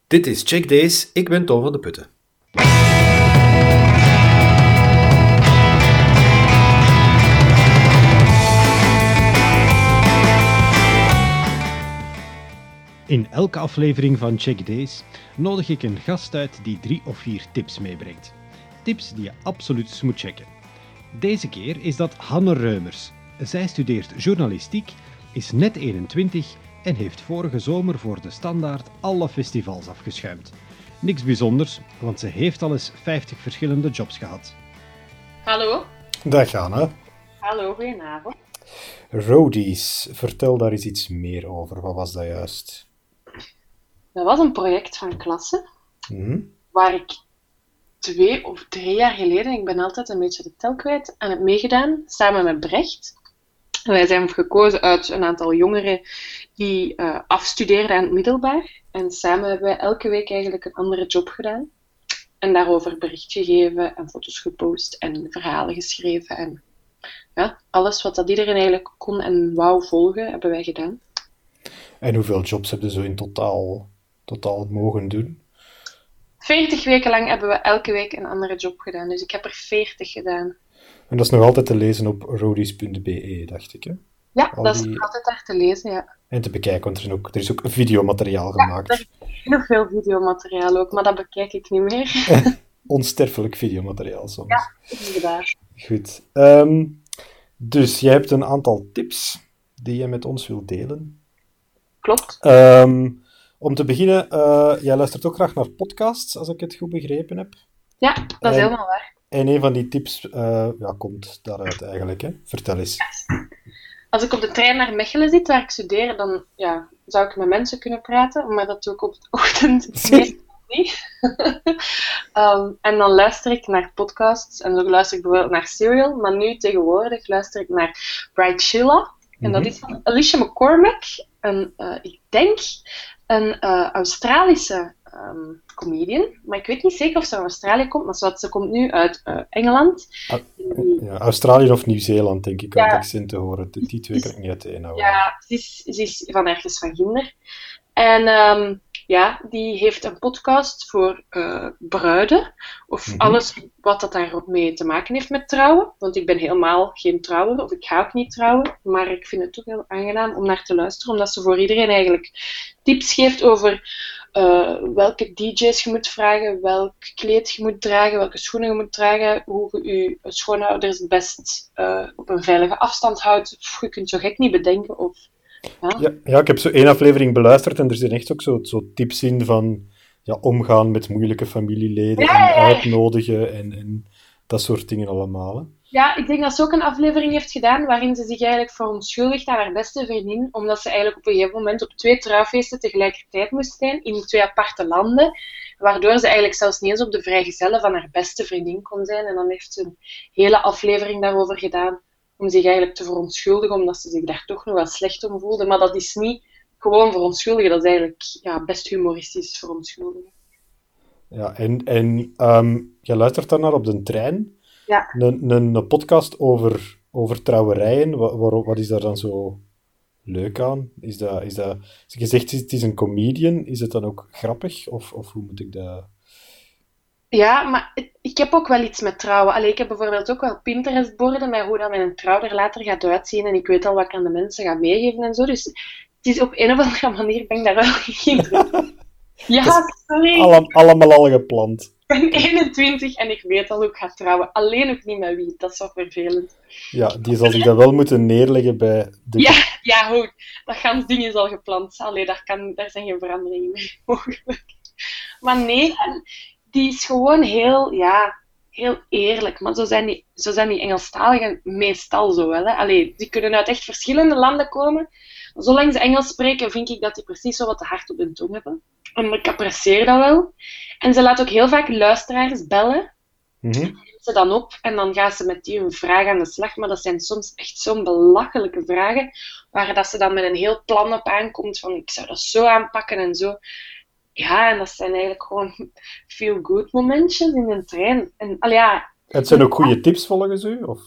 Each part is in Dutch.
Dit is Check Days, ik ben Tom van de Putten. In elke aflevering van Check Days nodig ik een gast uit die 3 of 4 tips meebrengt. Tips die je absoluut moet checken. Deze keer is dat Hanne Reumers. Zij studeert journalistiek, is net 21 en heeft vorige zomer voor de Standaard alle festivals afgeschuimd. Niks bijzonders, want ze heeft al eens 50 verschillende jobs gehad. Hallo. Dag Hanne. Hallo, goedenavond. Roadies, vertel daar eens iets meer over. Wat was dat juist? Dat was een project van klasse, waar ik 2 of 3 jaar geleden, ik ben altijd een beetje de tel kwijt, aan heb meegedaan, samen met Brecht. En wij zijn gekozen uit een aantal jongeren die afstudeerden aan het middelbaar. En samen hebben wij elke week eigenlijk een andere job gedaan. En daarover bericht gegeven en foto's gepost en verhalen geschreven. En ja, alles wat dat iedereen eigenlijk kon en wou volgen, hebben wij gedaan. En hoeveel jobs heb je zo in totaal mogen doen? 40 weken lang hebben we elke week een andere job gedaan. Dus ik heb er 40 gedaan. En dat is nog altijd te lezen op roadies.be, dacht ik, hè? Ja, dat is nog altijd daar te lezen, ja. En te bekijken, want er is ook videomateriaal gemaakt. Er is nog veel videomateriaal ook, maar dat bekijk ik niet meer. Onsterfelijk videomateriaal soms. Ja, inderdaad. Goed. Dus jij hebt een aantal tips die je met ons wilt delen. Klopt. Om te beginnen, jij luistert ook graag naar podcasts, als ik het goed begrepen heb. Ja, dat is helemaal waar. En een van die tips komt daaruit eigenlijk, hè? Vertel eens. Als ik op de trein naar Mechelen zit, waar ik studeer, dan zou ik met mensen kunnen praten, maar dat doe ik op de ochtend meestal niet. En dan luister ik naar podcasts, en dan luister ik bijvoorbeeld naar Serial, maar nu tegenwoordig luister ik naar Bridezilla. En dat is van Alicia McCormack, ik denk een Australische comedian, maar ik weet niet zeker of ze uit Australië komt, maar ze komt nu uit Engeland. Australië of Nieuw-Zeeland, denk ik, aan het accent te horen. Die twee kan ik niet uiteenhouden. Ja, ze is van ergens van Ginder. En die heeft een podcast voor bruiden, of alles wat dat daarmee te maken heeft met trouwen. Want ik ben helemaal geen trouwer, of ik ga ook niet trouwen, maar ik vind het toch heel aangenaam om naar te luisteren, omdat ze voor iedereen eigenlijk tips geeft over welke DJ's je moet vragen, welk kleed je moet dragen, welke schoenen je moet dragen, hoe je je schoonouders het best op een veilige afstand houdt. Of je kunt zo gek niet bedenken. Ja, ik heb zo 1 aflevering beluisterd en er zijn echt ook zo tips in van omgaan met moeilijke familieleden en uitnodigen en dat soort dingen allemaal. Hè. Ja, ik denk dat ze ook een aflevering heeft gedaan waarin ze zich eigenlijk verontschuldigt aan haar beste vriendin, omdat ze eigenlijk op een gegeven moment op 2 trouwfeesten tegelijkertijd moest zijn, in 2 aparte landen, waardoor ze eigenlijk zelfs niet eens op de vrijgezellen van haar beste vriendin kon zijn. En dan heeft ze een hele aflevering daarover gedaan, om zich eigenlijk te verontschuldigen, omdat ze zich daar toch nog wel slecht om voelde. Maar dat is niet gewoon verontschuldigen, dat is eigenlijk best humoristisch verontschuldigen. Ja, en jij luistert dan naar op de trein? Ja. Een podcast over trouwerijen, wat is daar dan zo leuk aan? Is dat, als je zegt het is een comedian, is het dan ook grappig? Of hoe moet ik dat... Ja, maar ik heb ook wel iets met trouwen. Allee, ik heb bijvoorbeeld ook wel Pinterest-borden met hoe dat mijn trouw er later gaat uitzien. En ik weet al wat ik aan de mensen ga meegeven en zo. Dus het is op een of andere manier ben ik daar wel geïnteresseerd. Ja, sorry. Allemaal al gepland. Ik ben 21 en ik weet al hoe ik ga trouwen. Alleen nog niet met wie. Dat is zo vervelend. Ja, die zal zich dan wel moeten neerleggen bij de... Ja, goed. Dat gans ding is al gepland. Allee, daar zijn geen veranderingen meer mogelijk. Maar nee, die is gewoon heel eerlijk. Maar zo zijn die Engelstaligen meestal zo wel. Hè. Allee, die kunnen uit echt verschillende landen komen. Zolang ze Engels spreken, vind ik dat die precies zo wat te hard op hun tong hebben. En ik apprecieer dat wel. En ze laat ook heel vaak luisteraars bellen. Neemt ze dan op en dan gaan ze met die hun vraag aan de slag. Maar dat zijn soms echt zo'n belachelijke vragen, waar dat ze dan met een heel plan op aankomt van ik zou dat zo aanpakken en zo. Ja, en dat zijn eigenlijk gewoon feel-good momentjes in een trein. En, Het zijn ook goede tips volgens u? Of,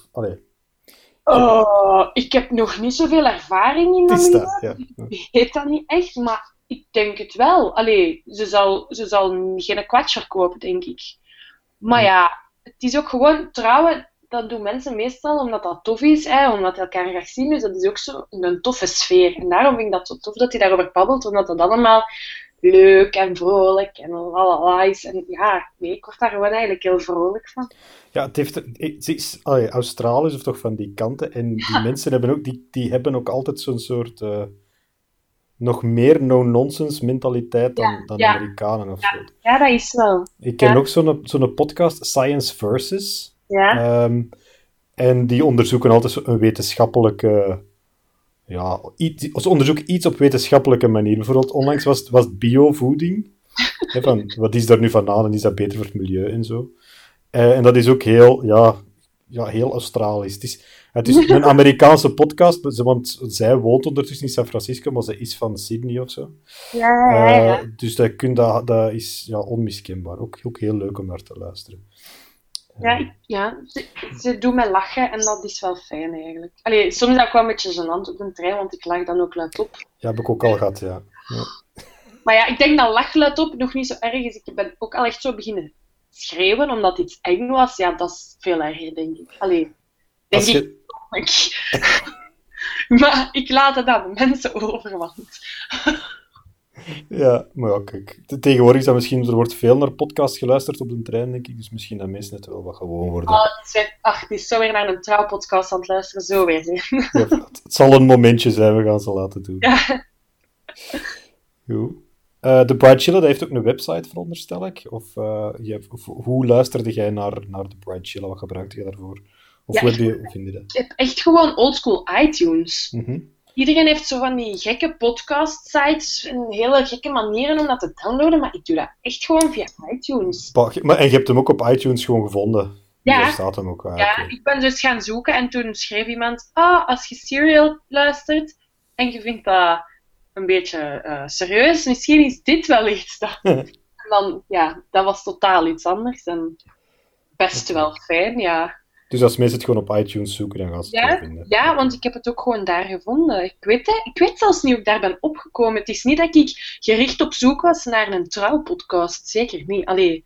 ik heb nog niet zoveel ervaring in dat. Ja. Ik weet dat niet echt, maar Ik denk het wel. Allee, ze zal geen kwats verkopen, denk ik. Maar ja, het is ook gewoon trouwen. Dat doen mensen meestal omdat dat tof is, hè, omdat je elkaar graag zien. Dus dat is ook zo een toffe sfeer. En daarom vind ik dat zo tof dat hij daarover babbelt, omdat dat allemaal leuk en vrolijk en lalala is. En ja, nee, ik word daar gewoon eigenlijk heel vrolijk van. Ja, het is Australisch of toch van die kanten. En die mensen hebben ook, die hebben ook altijd zo'n soort nog meer no-nonsense mentaliteit dan Ja, Amerikanen of zo. ja, dat is wel. Ik ken Ja, nog zo'n podcast, Science Versus. ja, En die onderzoeken altijd een wetenschappelijke... Ja, ze onderzoeken iets op wetenschappelijke manier. Bijvoorbeeld onlangs was het biovoeding. Van, wat is daar nu van aan en is dat beter voor het milieu en zo. En dat is ook heel Australisch. Het is een Amerikaanse podcast, want zij woont ondertussen in San Francisco, maar ze is van Sydney of zo. ja. Dus dat is onmiskenbaar. Ook heel leuk om naar te luisteren. Ze doen mij lachen en dat is wel fijn eigenlijk. Allee, soms is dat ook wel een beetje gênant op de trein, want ik lach dan ook luidop. Ja, heb ik ook al gehad, ja. Maar ja, ik denk dat lach luidop nog niet zo erg is. Ik ben ook al echt zo beginnen schreeuwen omdat iets eng was. Ja, dat is veel erger, denk ik. Allee, denk Als je... ik. Maar ik laat het aan de mensen over, want... Ja, maar ja, kijk. Tegenwoordig is dat misschien... Er wordt veel naar podcasts geluisterd op de trein, denk ik. Dus misschien dat mensen het wel wat gewoon worden. Het is zo weer naar een trouwpodcast aan het luisteren. Zo weer. Ja, het zal een momentje zijn, we gaan ze laten doen. Ja. Goed. De Bright Chilla, dat heeft ook een website, veronderstel ik? Of hoe luisterde jij naar de Bright Chilla? Wat gebruikte je daarvoor? Of hoe vind je dat? Ik heb echt gewoon oldschool iTunes. Mm-hmm. Iedereen heeft zo van die gekke podcast-sites en hele gekke manieren om dat te downloaden, maar ik doe dat echt gewoon via iTunes. En je hebt hem ook op iTunes gewoon gevonden? Ja. Daar staat hem ook. Ja, ik ben dus gaan zoeken en toen schreef iemand, als je Serial luistert en je vindt dat een beetje serieus, misschien is dit wel iets. En dan, ja, dat was totaal iets anders en best wel fijn, ja. Dus als mensen het gewoon op iTunes zoeken, dan gaan ze het wel vinden. Ja, want ik heb het ook gewoon daar gevonden. Ik weet zelfs niet hoe ik daar ben opgekomen. Het is niet dat ik gericht op zoek was naar een trouwpodcast. Zeker niet. Allee.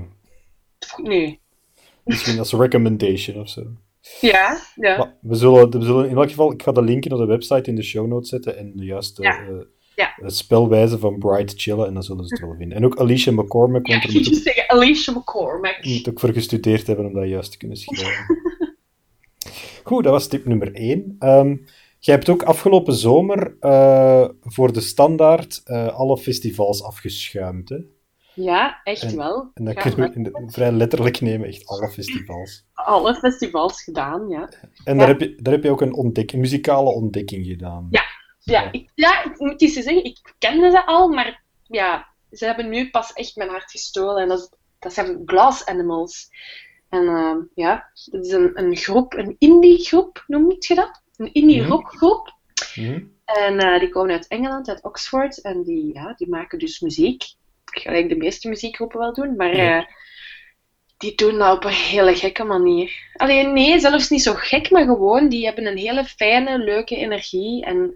Nee. Misschien als recommendation of zo. Ja. Maar we zullen in elk geval... Ik ga de link naar de website in de show notes zetten en de juiste spelwijze van Bright Chilla en dan zullen ze het wel vinden. En ook Alicia McCormack. Ja, ik moet zeggen Alicia McCormack. Je moet ook voor gestudeerd hebben om dat juist te kunnen schrijven. Goed, dat was tip nummer 1. Jij hebt ook afgelopen zomer voor de Standaard alle festivals afgeschuimd, hè? Ja, echt wel. En dat kunnen we vrij letterlijk nemen, echt alle festivals. Alle festivals gedaan, ja. En daar heb je ook een muzikale ontdekking gedaan. Ik moet eens zeggen, ik kende ze al, maar ja, ze hebben nu pas echt mijn hart gestolen. En dat zijn Glass Animals. En dat is een groep, een indie groep, noem je dat? Een indie rockgroep. Mm-hmm. En die komen uit Engeland, uit Oxford. En die maken dus muziek. Gelijk de meeste muziekgroepen wel doen, maar die doen dat op een hele gekke manier. Alleen nee, zelfs niet zo gek, maar gewoon, die hebben een hele fijne, leuke energie. En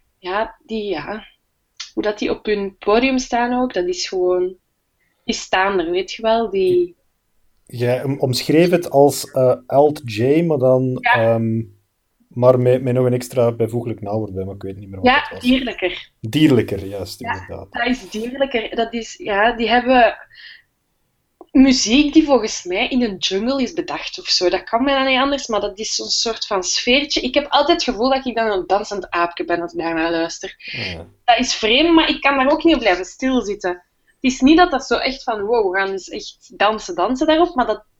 hoe dat die op hun podium staan ook, dat is gewoon... Die staan er, weet je wel, Jij omschreef het als Alt-J, maar dan... maar met nog een extra bijvoeglijk naamwoord bij, maar ik weet niet meer wat het was. Ja, dierlijker. Dierlijker, juist, inderdaad. Dat is dierlijker. Dat is, die hebben muziek die volgens mij in een jungle is bedacht of zo. Dat kan bijna niet anders, maar dat is zo'n soort van sfeertje. Ik heb altijd het gevoel dat ik dan een dansend aapje ben als ik daarnaar luister. Ja. Dat is vreemd, maar ik kan daar ook niet op blijven stilzitten. Het is niet dat zo echt van, wow, we gaan dus echt dansen daarop, maar dat,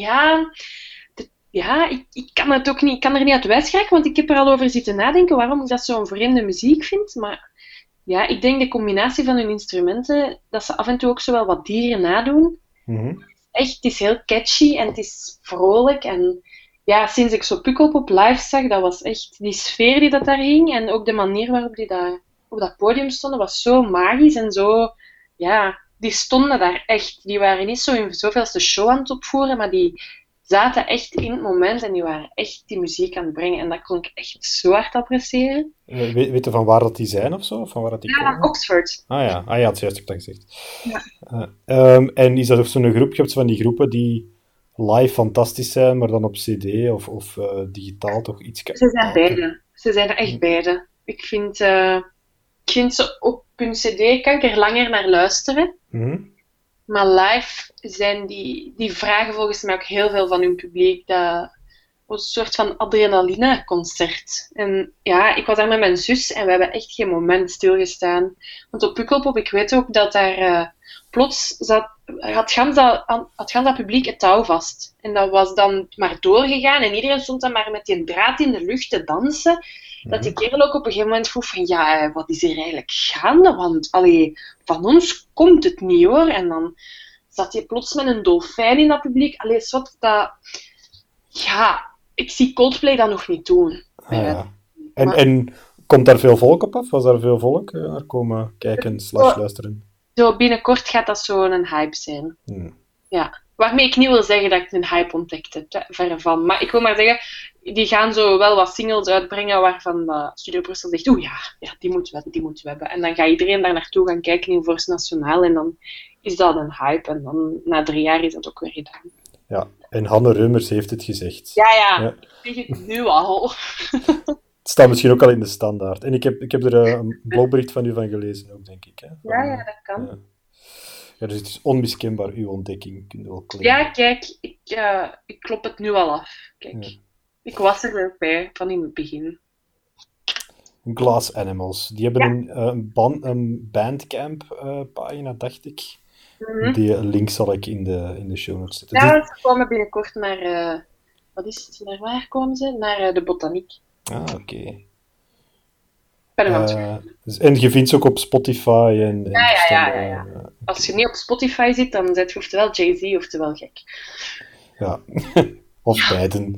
ik kan het ook niet, ik kan er niet uit wijsgeraken, want ik heb er al over zitten nadenken waarom ik dat zo'n vreemde muziek vind, maar ja, ik denk de combinatie van hun instrumenten, dat ze af en toe ook zo wel wat dieren nadoen. Mm-hmm. Echt, het is heel catchy en het is vrolijk en ja, sinds ik zo Pukkelpop live zag, dat was echt die sfeer die dat daar hing en ook de manier waarop die daar op dat podium stonden, was zo magisch en zo, ja, die stonden daar echt. Die waren niet zo in zoveelste show aan het opvoeren, maar die zaten echt in het moment en die waren echt die muziek aan het brengen. En dat kon ik echt zo hard appreciëren. Weet je van waar dat die zijn of zo? Of van waar dat die Ja, van komen? Oxford. Ah ja, het is juist, heb ik dat gezegd. Ja. En is dat ook zo'n groep? Je hebt van die groepen die live fantastisch zijn, maar dan op CD of digitaal toch iets... Ze zijn beide. Ze zijn er echt beide. Ik vind ze op hun cd kan ik er langer naar luisteren. Mhm. Maar live zijn die vragen volgens mij ook heel veel van hun publiek. Dat was een soort van adrenaline-concert. En ja, ik was daar met mijn zus en we hebben echt geen moment stilgestaan. Want op Pukkelpop, ik weet ook dat daar plots had gans dat publiek het touw vast. En dat was dan maar doorgegaan en iedereen stond dan maar met die draad in de lucht te dansen. Dat die kerel ook op een gegeven moment vroeg van, ja, wat is hier eigenlijk gaande? Want, allee, van ons komt het niet, hoor. En dan zat hij plots met een dolfijn in dat publiek. Allee, wat dat... Ja, ik zie Coldplay dat nog niet doen. Ja. En komt daar veel volk op af? Was daar veel volk naar komen kijken / luisteren? Zo binnenkort gaat dat zo een hype zijn. Ja. Waarmee ik niet wil zeggen dat ik een hype ontdekt heb, verre van. Maar ik wil maar zeggen, die gaan zo wel wat singles uitbrengen waarvan Studio Brussel zegt, oeh ja, die moeten we hebben. En dan gaat iedereen daar naartoe gaan kijken in Force Nationaal en dan is dat een hype. En dan na 3 jaar is dat ook weer gedaan. Ja, en Hanne Reumers heeft het gezegd. Ja. Ik zeg het nu al. Het staat misschien ook al in de standaard. En ik heb er een blogbericht van u van gelezen ook, denk ik. Hè? Ja, dat kan. Ja, dus het is onmiskenbaar uw ontdekking, kun je wel claimen. Ja, kijk, ik klop het nu al af. Kijk, ik was er weer bij, van in het begin. Glass Animals. Die hebben een Bandcamp-pagina, dacht ik. Mm-hmm. Die link zal ik in de show notes zetten. Ja, ze komen binnenkort naar... wat is het? Naar waar komen ze? Naar de botaniek. Oké. En je vindt ze ook op Spotify en ja. Als je niet op Spotify zit, dan zet je oftewel Jay-Z oftewel gek. Ja, of beiden.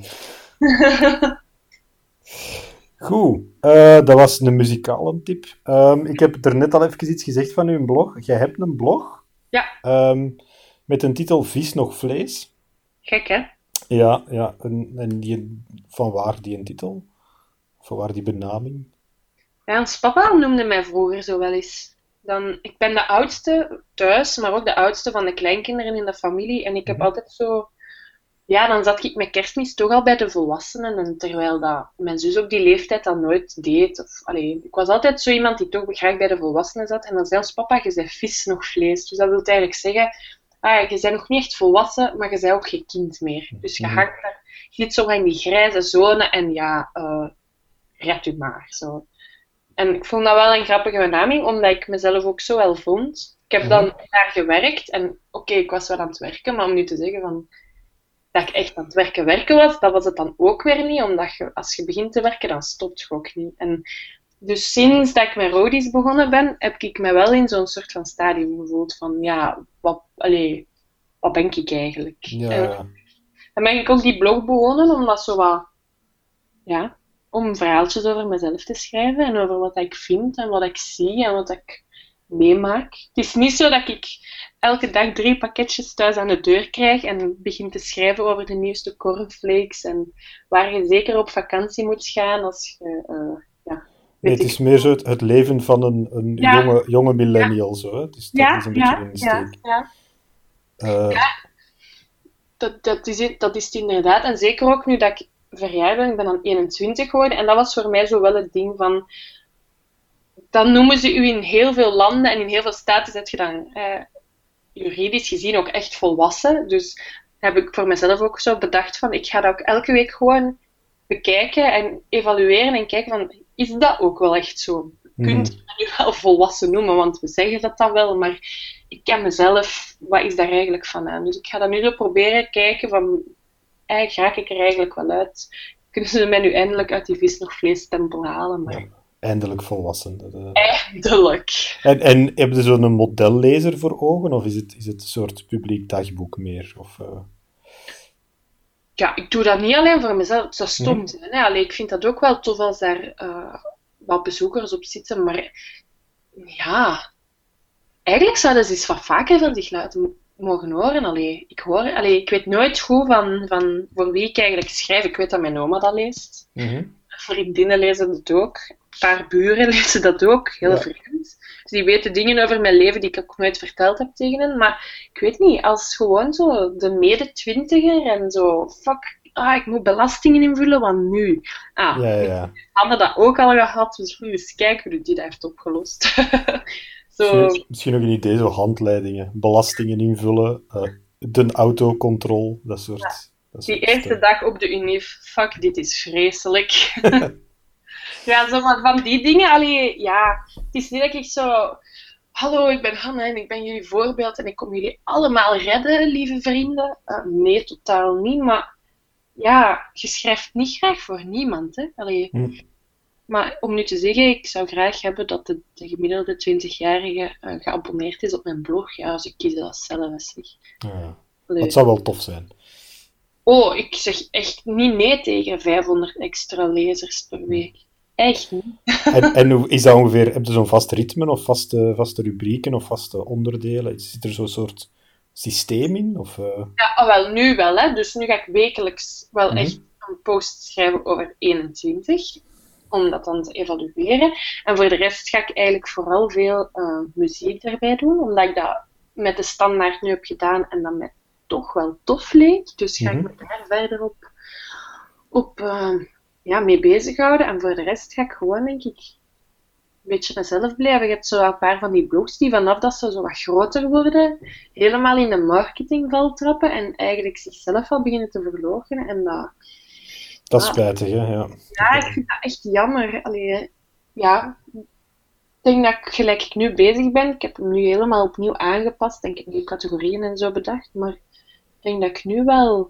Goed, dat was een muzikale tip. Ik heb er net al even iets gezegd van uw blog. Jij hebt een blog? Ja. Met een titel Vis nog vlees. Gek, hè? Ja. En van waar die een titel? Van waar die benaming? Ja, ons papa noemde mij vroeger zo wel eens. Ik ben de oudste thuis, maar ook de oudste van de kleinkinderen in de familie. En ik heb altijd zo... Ja, dan zat ik met Kerstmis toch al bij de volwassenen. En terwijl dat mijn zus op die leeftijd dat nooit deed. Ik was altijd zo iemand die toch graag bij de volwassenen zat. En dan zei ons papa, je bent vis nog vlees. Dus dat wil eigenlijk zeggen... je bent nog niet echt volwassen, maar je bent ook geen kind meer. Dus je hangt daar... Je zit zo in die grijze zone en red u maar. Zo. En ik vond dat wel een grappige benaming, omdat ik mezelf ook zo wel vond. Ik heb dan daar gewerkt en oké, ik was wel aan het werken, maar om nu te zeggen van, dat ik echt aan het werken was, dat was het dan ook weer niet, omdat als je begint te werken, dan stopt je ook niet. En dus sinds dat ik met Roadies begonnen ben, heb ik me wel in zo'n soort van stadium gevoeld van, ja, wat ben ik eigenlijk? Ja. En dan ben ik ook die blog begonnen, omdat zo wat, om verhaaltjes over mezelf te schrijven en over wat ik vind en wat ik zie en wat ik meemaak. Het is niet zo dat ik elke dag 3 pakketjes thuis aan de deur krijg en begin te schrijven over de nieuwste cornflakes en waar je zeker op vakantie moet gaan als je... Nee, het is meer zo het leven van een jonge millennial. Zo, hè? Dus dat is een beetje in de steek. Dat is het inderdaad. En zeker ook nu dat ik verjaard ben, ik ben dan 21 geworden. En dat was voor mij zo wel het ding van... Dan noemen ze u in heel veel landen en in heel veel staten zet je dan juridisch gezien ook echt volwassen. Dus heb ik voor mezelf ook zo bedacht van... Ik ga dat ook elke week gewoon bekijken en evalueren en kijken van... Is dat ook wel echt zo? Kunt je me nu wel volwassen noemen? Want we zeggen dat wel, maar ik ken mezelf... Wat is daar eigenlijk van aan? Dus ik ga dat nu zo proberen kijken van... Eigenlijk raak ik er eigenlijk wel uit. Kunnen ze mij nu eindelijk uit die vis nog vleesstempel halen? Maar... Ja, eindelijk volwassen. Eindelijk! En heb je zo'n modellezer voor ogen? Of is het een soort publiek dagboek meer? Of, Ja, ik doe dat niet alleen voor mezelf. Het zou stom zijn. Hè? Allee, ik vind dat ook wel tof als daar wat bezoekers op zitten. Maar ja... Eigenlijk zouden ze eens wat vaker van zich laten mogen horen. Ik weet nooit goed van voor wie ik eigenlijk schrijf. Ik weet dat mijn oma dat leest. Mhm. Vriendinnen lezen dat ook. Een paar buren lezen dat ook. Heel Ja. vreemd. Dus die weten dingen over mijn leven die ik ook nooit verteld heb tegen hen. Maar ik weet niet, als gewoon zo de mede-twintiger en zo, fuck, ik moet belastingen invullen, want nu? Ja. Hadden dat ook al gehad, dus moet eens kijken hoe die dat heeft opgelost. Zo, Misschien nog een idee, zo handleidingen, belastingen invullen, de autocontrole, dat soort die eerste dag op de unief, fuck, dit is vreselijk. Ja, zo van die dingen, het is niet dat ik zo... Hallo, ik ben Hanna en ik ben jullie voorbeeld en ik kom jullie allemaal redden, lieve vrienden. Nee, totaal niet, maar ja, je schrijft niet graag voor niemand, hè. Maar om nu te zeggen, ik zou graag hebben dat de gemiddelde 20-jarige geabonneerd is op mijn blog. Ja, ze kiezen dat zelf, zeg. Ja. Dat zou wel tof zijn. Oh, ik zeg echt niet nee tegen 500 extra lezers per week. Echt niet. En hoe is dat ongeveer? Heb je zo'n vast ritme of vaste rubrieken of vaste onderdelen? Zit er zo'n soort systeem in? Of, Ja, wel, nu wel, hè. Dus nu ga ik wekelijks wel echt een post schrijven over 21. Om dat dan te evalueren. En voor de rest ga ik eigenlijk vooral veel muziek erbij doen. Omdat ik dat met de standaard nu heb gedaan en dat mij toch wel tof leek. Dus ga ik me daar verder op mee bezighouden. En voor de rest ga ik gewoon, denk ik, een beetje mezelf blijven. Je hebt zo een paar van die blogs die vanaf dat ze zo wat groter worden, helemaal in de marketingval trappen en eigenlijk zichzelf al beginnen te verloochenen. En dat is spijtig, hè? Ja. Ja, ik vind dat echt jammer. Ik denk dat gelijk ik nu bezig ben, ik heb hem nu helemaal opnieuw aangepast en ik heb nieuwe categorieën en zo bedacht, maar ik denk dat ik nu wel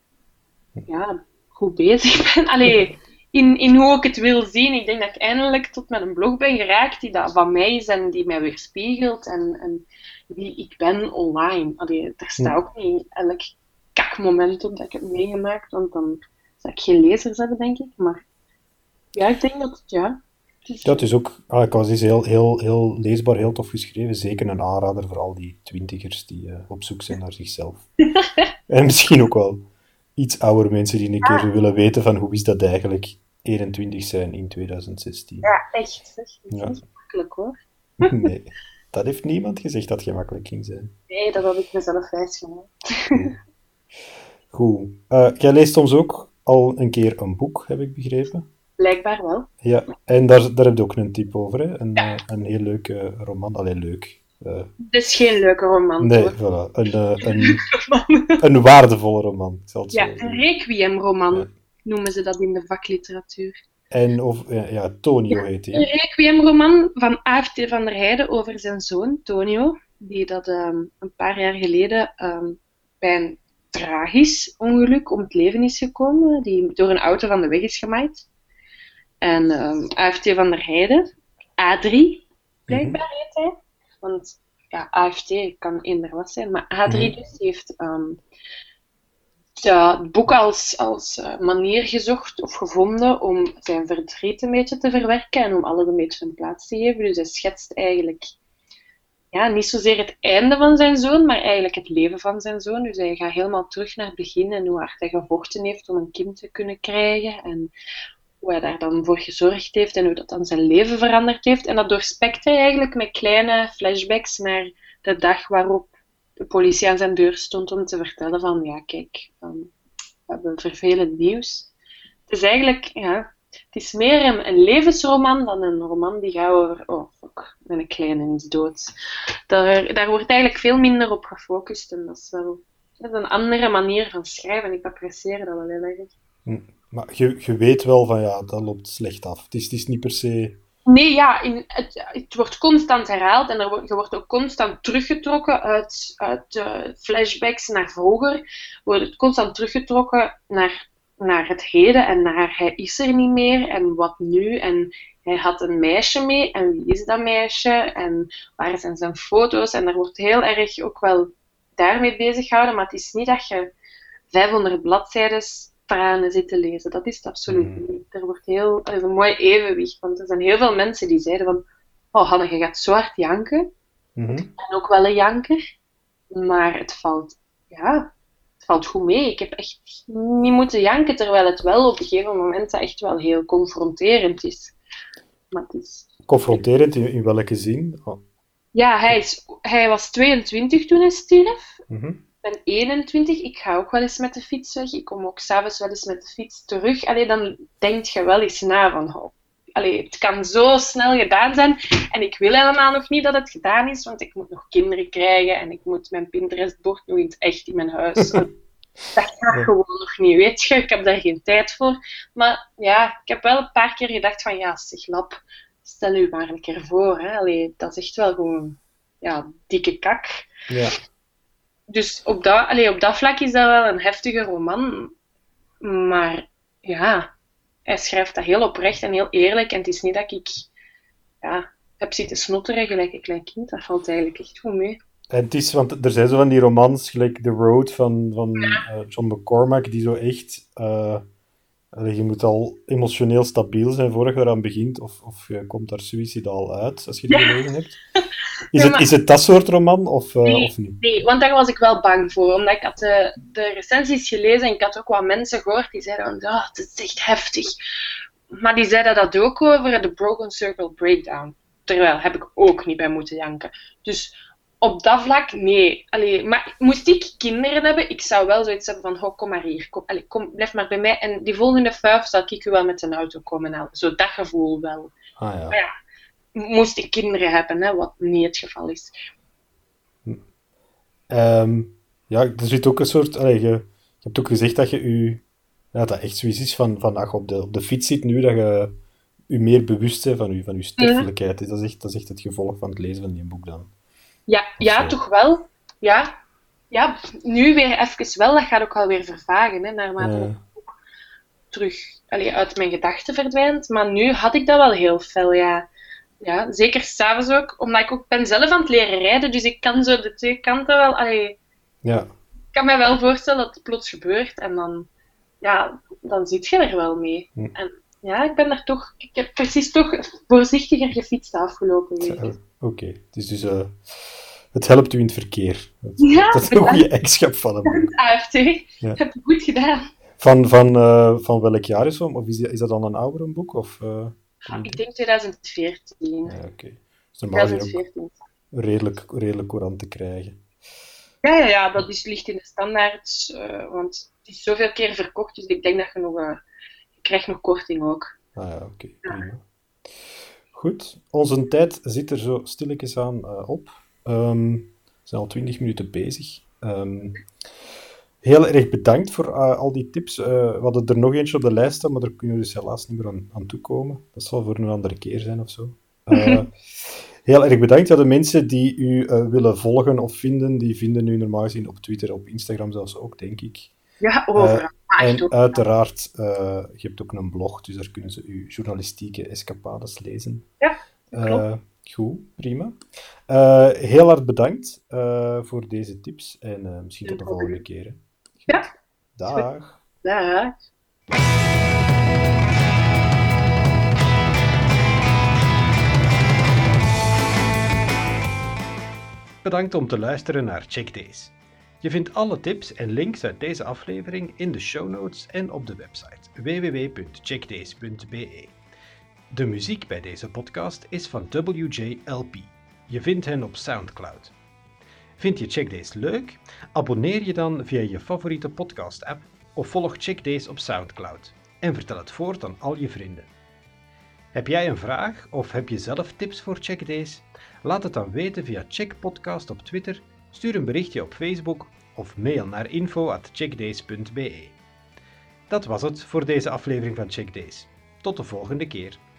goed bezig ben. In hoe ik het wil zien. Ik denk dat ik eindelijk tot met een blog ben geraakt die dat van mij is en die mij weerspiegelt en wie ik ben online. Er staat ook niet elk kakmoment op dat ik heb meegemaakt, want dan zou ik geen lezers hebben, denk ik. Maar ja, ik denk dat het is ook, het is heel leesbaar, heel tof geschreven. Zeker een aanrader voor al die twintigers die op zoek zijn naar zichzelf. En misschien ook wel iets oudere mensen die een keer willen weten van hoe is dat eigenlijk 21 zijn in 2016. Ja, echt. Dat is niet makkelijk, hoor. Nee, dat heeft niemand gezegd dat het gemakkelijk ging zijn. Nee, dat had ik mezelf wijsgemaakt. Goed. Jij leest soms ook al een keer een boek, heb ik begrepen. Blijkbaar wel. Ja, en daar heb je ook een tip over, hè? Een heel leuke roman. Allee, leuk. Het is geen leuke roman, nee, hoor. Voilà. Een waardevolle roman. Ik zal het zo zeggen. Een requiem-roman noemen ze dat in de vakliteratuur. En Tonio heet hij. Een requiem-roman van A.F.T. van der Heijden over zijn zoon, Tonio, die dat een paar jaar geleden bij een tragisch ongeluk om het leven is gekomen, die door een auto van de weg is gemaaid. En A.F.T. van der Heijden, A3, blijkbaar heet hij. Want A.F.T. kan eender wat zijn, maar A3 dus heeft het boek als manier gezocht of gevonden om zijn verdriet een beetje te verwerken en om alles een beetje een plaats te geven. Dus hij schetst eigenlijk niet zozeer het einde van zijn zoon, maar eigenlijk het leven van zijn zoon. Dus hij gaat helemaal terug naar het begin en hoe hard hij gevochten heeft om een kind te kunnen krijgen en hoe hij daar dan voor gezorgd heeft en hoe dat dan zijn leven veranderd heeft. En dat doorspekt hij eigenlijk met kleine flashbacks naar de dag waarop de politie aan zijn deur stond om te vertellen van, kijk, we hebben vervelend nieuws. Het is eigenlijk, het is meer een levensroman dan een roman die gaat over, oh fuck, mijn kleine is dood. Daar wordt eigenlijk veel minder op gefocust en dat is een andere manier van schrijven. Ik apprecieer dat wel heel erg. Maar je weet wel van, dat loopt slecht af. Het is niet per se... Nee, het wordt constant herhaald en je wordt ook constant teruggetrokken uit flashbacks naar vroeger. Wordt het constant teruggetrokken naar het heden en naar hij is er niet meer en wat nu. En hij had een meisje mee en wie is dat meisje en waar zijn zijn foto's. En daar wordt heel erg ook wel daarmee bezig gehouden, maar het is niet dat je 500 bladzijden tranen zitten lezen. Dat is het absoluut niet. Er is een mooi evenwicht, want er zijn heel veel mensen die zeiden van, oh Hanne, je gaat zo hard janken. En ook wel een janker. Maar het valt goed mee. Ik heb echt niet moeten janken, terwijl het wel op een gegeven moment echt wel heel confronterend is. Maar het is... Confronterend in welke zin? Oh. Ja, hij was 22 toen hij stierf. Mhm. Ik ben 21. Ik ga ook wel eens met de fiets weg. Ik kom ook s'avonds wel eens met de fiets terug. Allee, dan denk je wel eens na van... het kan zo snel gedaan zijn. En ik wil helemaal nog niet dat het gedaan is, want ik moet nog kinderen krijgen en ik moet mijn Pinterest-bord nog in het echt in mijn huis. Dat gaat gewoon nog niet, weet je. Ik heb daar geen tijd voor. Maar ja, ik heb wel een paar keer gedacht van, ja, zeg lap, stel u maar een keer voor. Hè. Allee, dat is echt wel gewoon, ja, dikke kak. Ja. Dus op dat vlak is dat wel een heftige roman. Maar ja, hij schrijft dat heel oprecht en heel eerlijk. En het is niet dat ik heb zitten snotteren gelijk een klein kind. Dat valt eigenlijk echt goed mee. En het is, want er zijn zo van die romans, gelijk The Road van John McCormack, die zo echt... je moet al emotioneel stabiel zijn voordat je eraan begint, of je komt daar suïcidaal uit, als je die gelezen hebt. Is het dat soort roman, of niet? Nee, want daar was ik wel bang voor. Omdat ik had de recensies gelezen en ik had ook wat mensen gehoord die zeiden van, het is echt heftig. Maar die zeiden dat ook over de Broken Circle Breakdown. Terwijl, heb ik ook niet bij moeten janken. Dus op dat vlak, nee. Maar moest ik kinderen hebben, ik zou wel zoiets hebben van, kom maar hier. Kom, blijf maar bij mij. En die volgende 5 zal ik u wel met een auto komen halen. Zo dat gevoel wel. Ah, ja. Maar ja, moest ik kinderen hebben, hè, wat niet het geval is. Ja, er zit ook een soort... je hebt ook gezegd dat je dat echt zoiets is van als je op de fiets zit nu, dat je je meer bewust bent van je sterfelijkheid. Dat is echt het gevolg van het lezen van die boek dan. Ja, toch wel. Ja, nu weer even wel. Dat gaat ook alweer vervagen, hè, naarmate het boek terug uit mijn gedachten verdwijnt. Maar nu had ik dat wel heel fel, ja. Ja, zeker s'avonds ook, omdat ik ook ben zelf aan het leren rijden, dus ik kan zo de twee kanten wel... Ja. Ik kan me wel voorstellen dat het plots gebeurt en dan zit je er wel mee. En ja, ik heb precies toch voorzichtiger gefietst de afgelopen weken. Oké. Het is dus... het helpt u in het verkeer. Dat is een goede eigenschap van een boek. AFT, heb je goed gedaan. Van welk jaar is het? Of is dat dan een ouder boek? Of, ik denk 2014. Ja, oké. Dus normaal 2014. Ook redelijk courant te krijgen. Ja, dat ligt in de standaard, want het is zoveel keer verkocht, dus ik denk dat je krijgt nog korting ook. Ah ja, oké, prima. Goed, onze tijd zit er zo stilletjes aan op. We zijn al 20 minuten bezig. Heel erg bedankt voor al die tips. We hadden er nog eentje op de lijst staan, maar daar kunnen we dus helaas niet meer aan toekomen. Dat zal voor een andere keer zijn of zo. Heel erg bedankt. Ja, de mensen die u willen volgen of vinden, die vinden u normaal gezien op Twitter, op Instagram zelfs ook, denk ik. Ja, overal. En uiteraard, je hebt ook een blog, dus daar kunnen ze uw journalistieke escapades lezen. Ja, klopt. Goed, prima. Heel hard bedankt voor deze tips en misschien tot de volgende keer. Hè. Ja. Dag. Dag. Bedankt om te luisteren naar Check Days. Je vindt alle tips en links uit deze aflevering in de show notes en op de website www.checkdays.be. De muziek bij deze podcast is van WJLP. Je vindt hen op Soundcloud. Vind je Check Days leuk? Abonneer je dan via je favoriete podcast-app of volg Check Days op Soundcloud en vertel het voort aan al je vrienden. Heb jij een vraag of heb je zelf tips voor Check Days? Laat het dan weten via Check Podcast op Twitter, stuur een berichtje op Facebook of mail naar info@checkdays.be. Dat was het voor deze aflevering van Check Days. Tot de volgende keer.